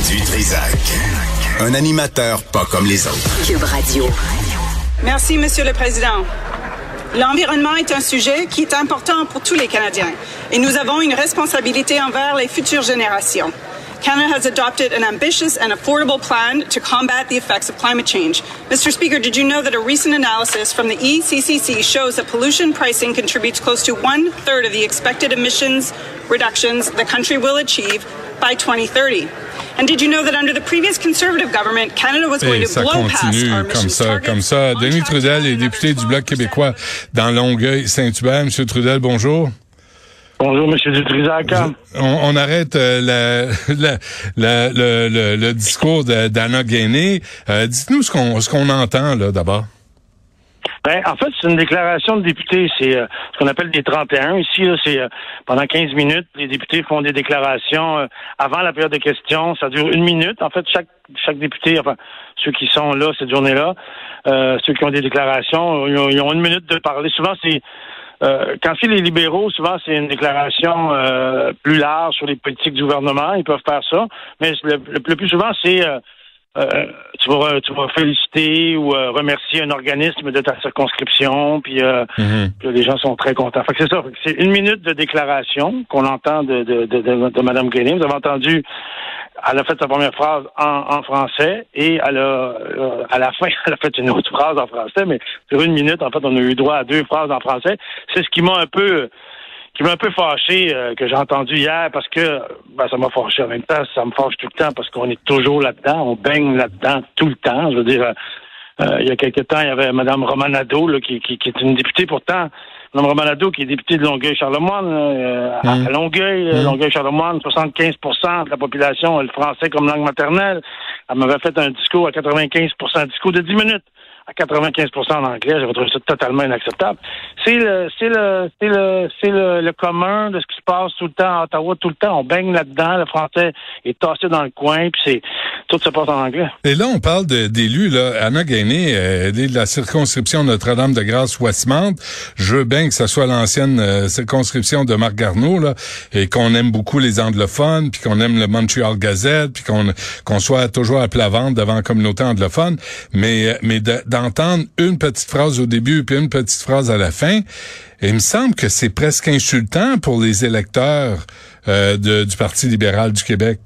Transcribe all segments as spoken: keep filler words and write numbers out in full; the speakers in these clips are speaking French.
Du Trisac. Un animateur pas comme les autres. Cube Radio. Merci, Monsieur le Président. L'environnement est un sujet qui est important pour tous les Canadiens et nous avons une responsabilité envers les futures générations. Canada has adopted an ambitious and affordable plan to combat the effects of climate change. Mister Speaker, did you know that a recent analysis from the E C C C shows that pollution pricing contributes close to one-third of the expected emissions reductions the country will achieve by twenty thirty? And did you know that under the previous Conservative government, Canada was going Et to ça blow past continue our comme emissions ça, targets? comme ça. Denis Trudel est député du Bloc québécois dans Longueuil-Saint-Hubert. Monsieur Trudel, bonjour. Bonjour, M. Dutrisac. On, on arrête euh, la, la, la, le, le, le discours de, d'Anna Gainé. Euh, dites-nous ce qu'on, ce qu'on entend là d'abord. Ben, en fait, c'est une déclaration de député. C'est euh, ce qu'on appelle des trente et un. Ici, là, c'est euh, pendant quinze minutes, les députés font des déclarations euh, avant la période de questions. Ça dure une minute. En fait, chaque chaque député, enfin ceux qui sont là cette journée-là, euh, ceux qui ont des déclarations, ils ont, ils ont une minute de parler. Souvent, c'est Euh, quand c'est les libéraux, souvent c'est une déclaration euh, plus large sur les politiques du gouvernement. Ils peuvent faire ça, mais le, le, le plus souvent c'est euh, euh, tu vas tu vas féliciter ou euh, remercier un organisme de ta circonscription, puis, euh, mm-hmm. puis les gens sont très contents. Fait que c'est ça. C'est une minute de déclaration qu'on entend de de de, de, de Mme Gainé. Vous avez entendu. Elle a fait sa première phrase en, en français et elle a, euh, à la fin, elle a fait une autre phrase en français, mais sur une minute, en fait, on a eu droit à deux phrases en français. C'est ce qui m'a un peu, qui m'a un peu fâché, euh, que j'ai entendu hier, parce que, ben, ça m'a fâché en même temps, ça me fâche tout le temps, parce qu'on est toujours là-dedans, on baigne là-dedans tout le temps. Je veux dire, euh, il y a quelque temps, il y avait Mme Romanado, là, qui, qui, qui est une députée pourtant. Mme Romanado, qui est députée de Longueuil-Charlemagne, euh, mmh. à Longueuil, mmh. Longueuil-Charlemagne, soixante-quinze pour cent de la population a le français comme langue maternelle. Elle m'avait fait un discours à quatre-vingt-quinze pour cent, un discours de dix minutes à quatre-vingt-quinze pour cent en anglais. J'avais trouvé ça totalement inacceptable. C'est le, c'est le, c'est le, c'est le, le commun de ce qui se passe tout le temps à Ottawa, tout le temps. On baigne là-dedans. Le français est tassé dans le coin, puis c'est, tout se passe en anglais. Et là, on parle de, d'élus, là. Anna Gainé, elle est de la circonscription Notre-Dame-de-Grâce-Westmount. Je veux bien que ça soit l'ancienne euh, circonscription de Marc Garneau, là, et qu'on aime beaucoup les anglophones, puis qu'on aime le Montreal Gazette, puis qu'on, qu'on soit toujours à plat ventre devant la communauté anglophone. Mais, mais de, d'entendre une petite phrase au début puis une petite phrase à la fin, et il me semble que c'est presque insultant pour les électeurs euh, de, du Parti libéral du Québec.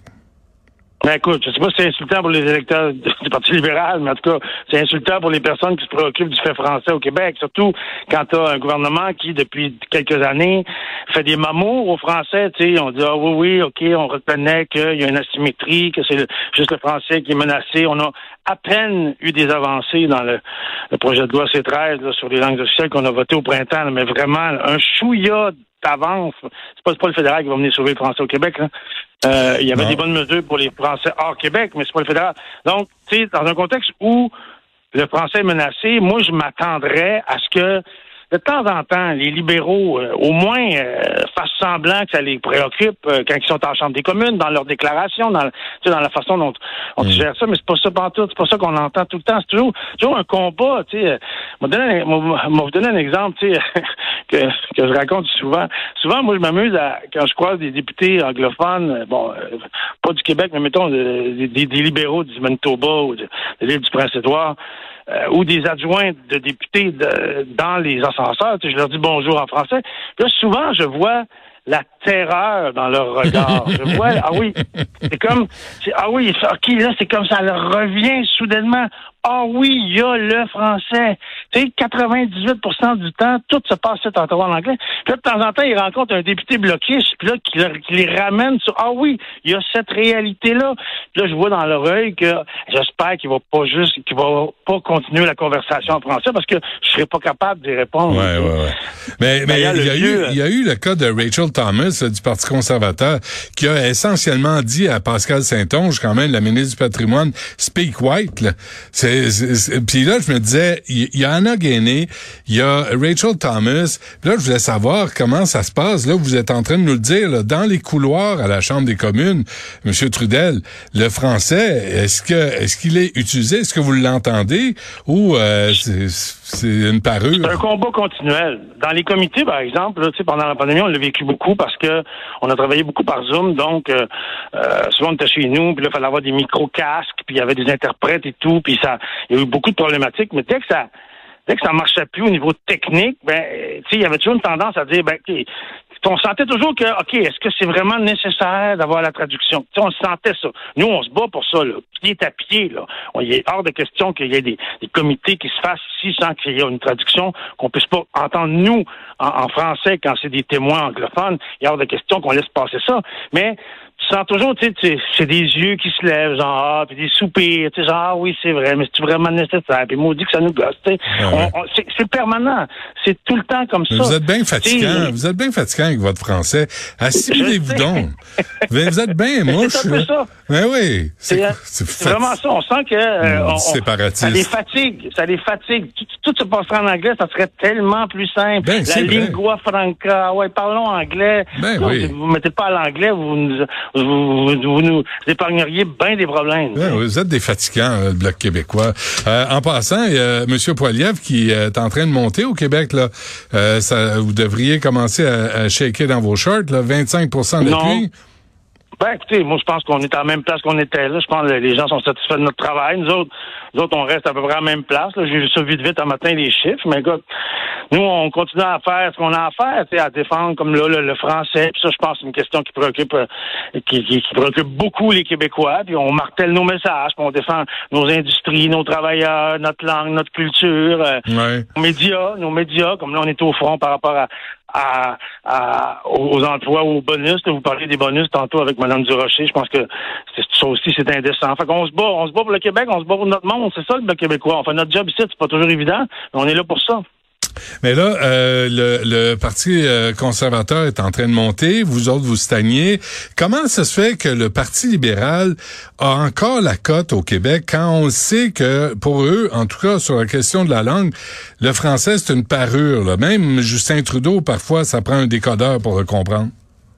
Ben écoute, je sais pas si c'est insultant pour les électeurs du Parti libéral, mais en tout cas, c'est insultant pour les personnes qui se préoccupent du fait français au Québec, surtout quand tu as un gouvernement qui, depuis quelques années, fait des mamours aux Français. Tu sais, on dit, ah oui, oui, OK, on reconnaît qu'il y a une asymétrie, que c'est le, juste le français qui est menacé. On a à peine eu des avancées dans le, le projet de loi C treize là, sur les langues officielles qu'on a voté au printemps, là, mais vraiment, un chouïa d'avance. C'est pas, c'est pas le fédéral qui va venir sauver le français au Québec, là. Euh, il y avait non. des bonnes mesures pour les Français hors Québec, mais c'est pas le fédéral. Donc, tu sais, dans un contexte où le français est menacé, moi, je m'attendrais à ce que, de temps en temps, les libéraux, euh, au moins, euh, fassent semblant que ça les préoccupe euh, quand ils sont en Chambre des communes, dans leurs déclarations, dans, dans la façon dont on mmh. gère ça, mais c'est pas ça pantoute, c'est pas ça qu'on entend tout le temps. C'est toujours, toujours un combat, tu sais. Je vais vous donner un exemple, tu sais, que, que je raconte souvent. Souvent, moi, je m'amuse à, quand je croise des députés anglophones, bon, euh, pas du Québec, mais mettons des, des, des libéraux du Manitoba ou de, de l'île du Prince-Édouard, Euh, ou des adjoints de députés de, dans les ascenseurs, tu sais, je leur dis bonjour en français. Là, souvent, je vois la terreur dans leur regard. Je vois, ah oui, c'est comme, c'est, ah oui, OK, là, c'est comme ça leur revient soudainement. Ah oui, il y a le français. Tu sais, quatre-vingt-dix-huit pour cent du temps, tout se passe à Ottawa en anglais. Puis là, de temps en temps, ils rencontrent un député bloquiste, puis là, qui, leur, qui les ramène sur, ah oui, il y a cette réalité-là. Puis là, je vois dans leur œil que j'espère qu'il va pas juste, qu'il va pas continuer la conversation en français, parce que je serais pas capable d'y répondre. Ouais, ouais, ouais. Mais, mais il y a, y a eu, il y a eu le cas de Rachel Thomas, là, du Parti conservateur, qui a essentiellement dit à Pascal Saint-Onge, quand même, la ministre du Patrimoine, speak white, là. C'est C'est, c'est, c'est, puis là, je me disais, il y, y a Anna Gainé, il y a Rachel Thomas. Puis là, je voulais savoir comment ça se passe. Là, vous êtes en train de nous le dire, là, dans les couloirs à la Chambre des communes, Monsieur Trudel, le français, est-ce que est-ce qu'il est utilisé? Est-ce que vous l'entendez? Ou euh, c'est, c'est une parure? C'est un combat continuel. Dans les comités, par exemple, là, pendant la pandémie, on l'a vécu beaucoup parce que on a travaillé beaucoup par Zoom. Donc, euh, euh, souvent, on était chez nous, puis là, il fallait avoir des micro-casques, puis il y avait des interprètes et tout, puis ça, il y a eu beaucoup de problématiques. Mais dès que ça, dès que ça marchait plus au niveau technique, ben, tu sais, il y avait toujours une tendance à dire, ben, okay, on sentait toujours que, OK, est-ce que c'est vraiment nécessaire d'avoir la traduction? T'sais, on sentait ça. Nous, on se bat pour ça, là. Pied à pied, là. Il est hors de question qu'il y ait des, des comités qui se fassent ici sans qu'il y ait une traduction, qu'on puisse pas entendre nous en, en français quand c'est des témoins anglophones. Il est hors de question qu'on laisse passer ça. Mais, tu sens toujours, tu sais, c'est des yeux qui se lèvent, genre, ah, puis des soupirs, tu sais, genre, ah, oui, c'est vrai, mais c'est vraiment nécessaire, puis maudit que ça nous gosse, tu sais. Ouais. C'est, c'est permanent. C'est tout le temps comme mais ça. Vous êtes bien fatigant. T'sais, vous êtes bien fatigant avec votre français. Assimilez-vous donc. Vous êtes bien mouche. C'est un peu ça. Ben oui. C'est, c'est, c'est vraiment ça. On sent que, euh, on, séparatiste. Ça les fatigue. Ça les fatigue. Tout, tout se passerait en anglais, ça serait tellement plus simple. Ben, la lingua franca. Ouais, parlons anglais. Ben non, oui. Vous mettez pas à l'anglais, vous nous, vous, vous, vous nous épargneriez bien des problèmes. Ben, vous êtes des fatigants, le Bloc québécois. Euh, en passant, il y a M. Poilievre qui est en train de monter au Québec, là. Euh, ça, vous devriez commencer à, à shaker dans vos shorts, là, vingt-cinq pour cent d'appui. Ben, écoutez, moi, je pense qu'on est à la même place qu'on était là. Je pense que les gens sont satisfaits de notre travail. Nous autres, nous autres, on reste à peu près à la même place. Là. J'ai vu ça vite, vite un matin, les chiffres. Mais écoute, nous, on continue à faire ce qu'on a à faire, tu sais, à défendre comme là, le, le français. Puis ça, je pense, c'est une question qui préoccupe, euh, qui, qui, qui préoccupe beaucoup les Québécois. Puis on martèle nos messages, puis on défend nos industries, nos travailleurs, notre langue, notre culture, euh, ouais. nos médias, nos médias. Comme là, on est au front par rapport à À, à, aux emplois, aux bonus. Vous parlez des bonus tantôt avec Mme Durocher. Je pense que c'est, ça aussi, c'est indécent. Fait qu'on se bat, on se bat pour le Québec, on se bat pour notre monde. C'est ça, le Bloc québécois. On fait notre job ici, c'est pas toujours évident, mais on est là pour ça. Mais là, euh, le, le Parti euh, conservateur est en train de monter. Vous autres, vous stagnez. Comment ça se fait que le Parti libéral a encore la cote au Québec quand on sait que, pour eux, en tout cas, sur la question de la langue, le français, c'est une parure, là. Même Justin Trudeau, parfois, ça prend un décodeur pour le comprendre.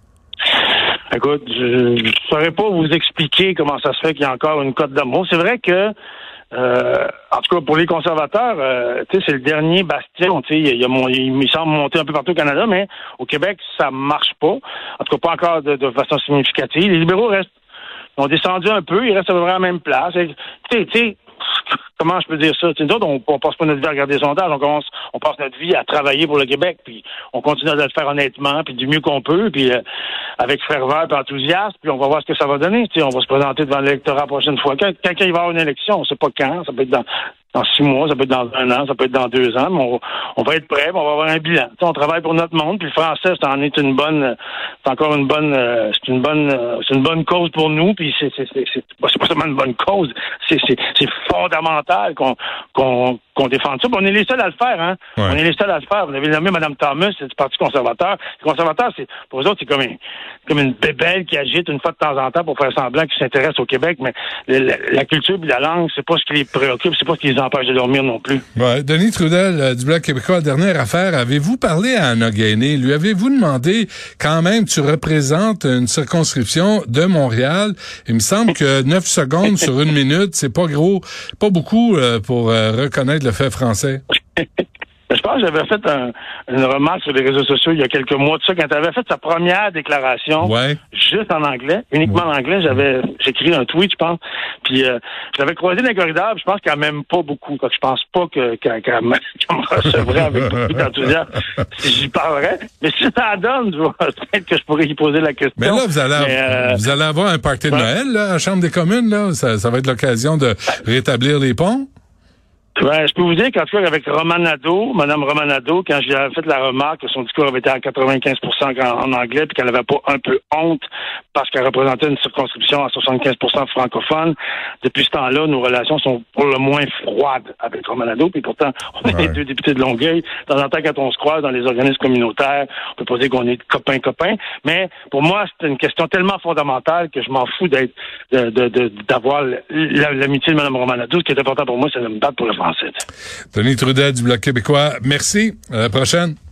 Écoute, je ne saurais pas vous expliquer comment ça se fait qu'il y a encore une cote d'amour. C'est vrai que Euh, en tout cas, pour les conservateurs, euh, tu sais, c'est le dernier bastion. Tu sais, il, y a mon, il me semble monter un peu partout au Canada, mais au Québec, ça marche pas. En tout cas, pas encore de, de façon significative. Les libéraux restent, ont descendu un peu, ils restent à peu près à la même place. Tu sais, tu sais, comment je peux dire ça? T'sais, nous autres, on, on passe pas notre vie à regarder des sondages, on commence, on passe notre vie à travailler pour le Québec, puis on continue à le faire honnêtement, puis du mieux qu'on peut, puis euh, avec ferveur et enthousiasme, puis on va voir ce que ça va donner. T'sais, on va se présenter devant l'électorat la prochaine fois. Quand, quand il va y avoir une élection, on sait pas quand, ça peut être dans, dans six mois, ça peut être dans un an, ça peut être dans deux ans, mais on, on va être prêt, on va avoir un bilan. T'sais, on travaille pour notre monde, puis le français, c'est en est une bonne, c'est encore une bonne, euh, c'est une bonne, euh, c'est une bonne cause pour nous, puis c'est, c'est, c'est, c'est, c'est pas seulement une bonne cause, c'est, c'est, c'est fondamental qu'on, qu'on, qu'on défende ça. Puis on est les seuls à le faire, hein. Ouais. On est les seuls à le faire. Vous avez nommé Mme Thomas, c'est du Parti conservateur. Les conservateurs, c'est, pour eux autres, c'est comme une, comme une bébelle qui agite une fois de temps en temps pour faire semblant qu'ils s'intéressent au Québec, mais la, la culture et la langue, c'est pas ce qui les préoccupe, c'est pas ce qui les empêche de dormir non plus. Ouais. Denis Trudel, euh, du Bloc québécois, dernière affaire. Avez-vous parlé à Anna Gainé? Lui avez-vous demandé, quand même, tu représentes une circonscription de Montréal. Il me semble que neuf secondes sur une minute, c'est pas gros, pas beaucoup euh, pour euh, reconnaître le fait français. Je pense que j'avais fait un, une remarque sur les réseaux sociaux il y a quelques mois de ça, quand tu avais fait sa première déclaration, ouais. juste en anglais, uniquement ouais. en anglais. J'avais j'ai écrit un tweet, je pense, puis euh, je l'avais croisé dans les corridors, puis je pense qu'elle m'aime pas beaucoup. Je pense pas que, qu'elle, qu'elle me recevrait avec beaucoup d'enthousiasme si j'y parlerais. Mais si ça donne, peut-être que je pourrais y poser la question. Mais là, vous allez, Mais, euh, vous allez avoir un party de ouais. Noël là, à la Chambre des communes. Là. Ça, ça va être l'occasion de rétablir les ponts. Ben, je peux vous dire qu'en tout cas, avec Romanado, Mme Romanado, quand j'ai fait la remarque que son discours avait été à quatre-vingt-quinze pour cent en anglais, puis qu'elle n'avait pas un peu honte parce qu'elle représentait une circonscription à soixante-quinze pour cent francophone, depuis ce temps-là, nos relations sont pour le moins froides avec Romanado, puis pourtant, on est ouais. les deux députés de Longueuil. De temps en temps, quand on se croise dans les organismes communautaires, on peut pas dire qu'on est copains-copains, mais pour moi, c'est une question tellement fondamentale que je m'en fous d'être, de, de, de, d'avoir l'amitié de Mme Romanado. Ce qui est important pour moi, c'est de me battre pour le français. Denis Trudel du Bloc québécois, merci. À la prochaine.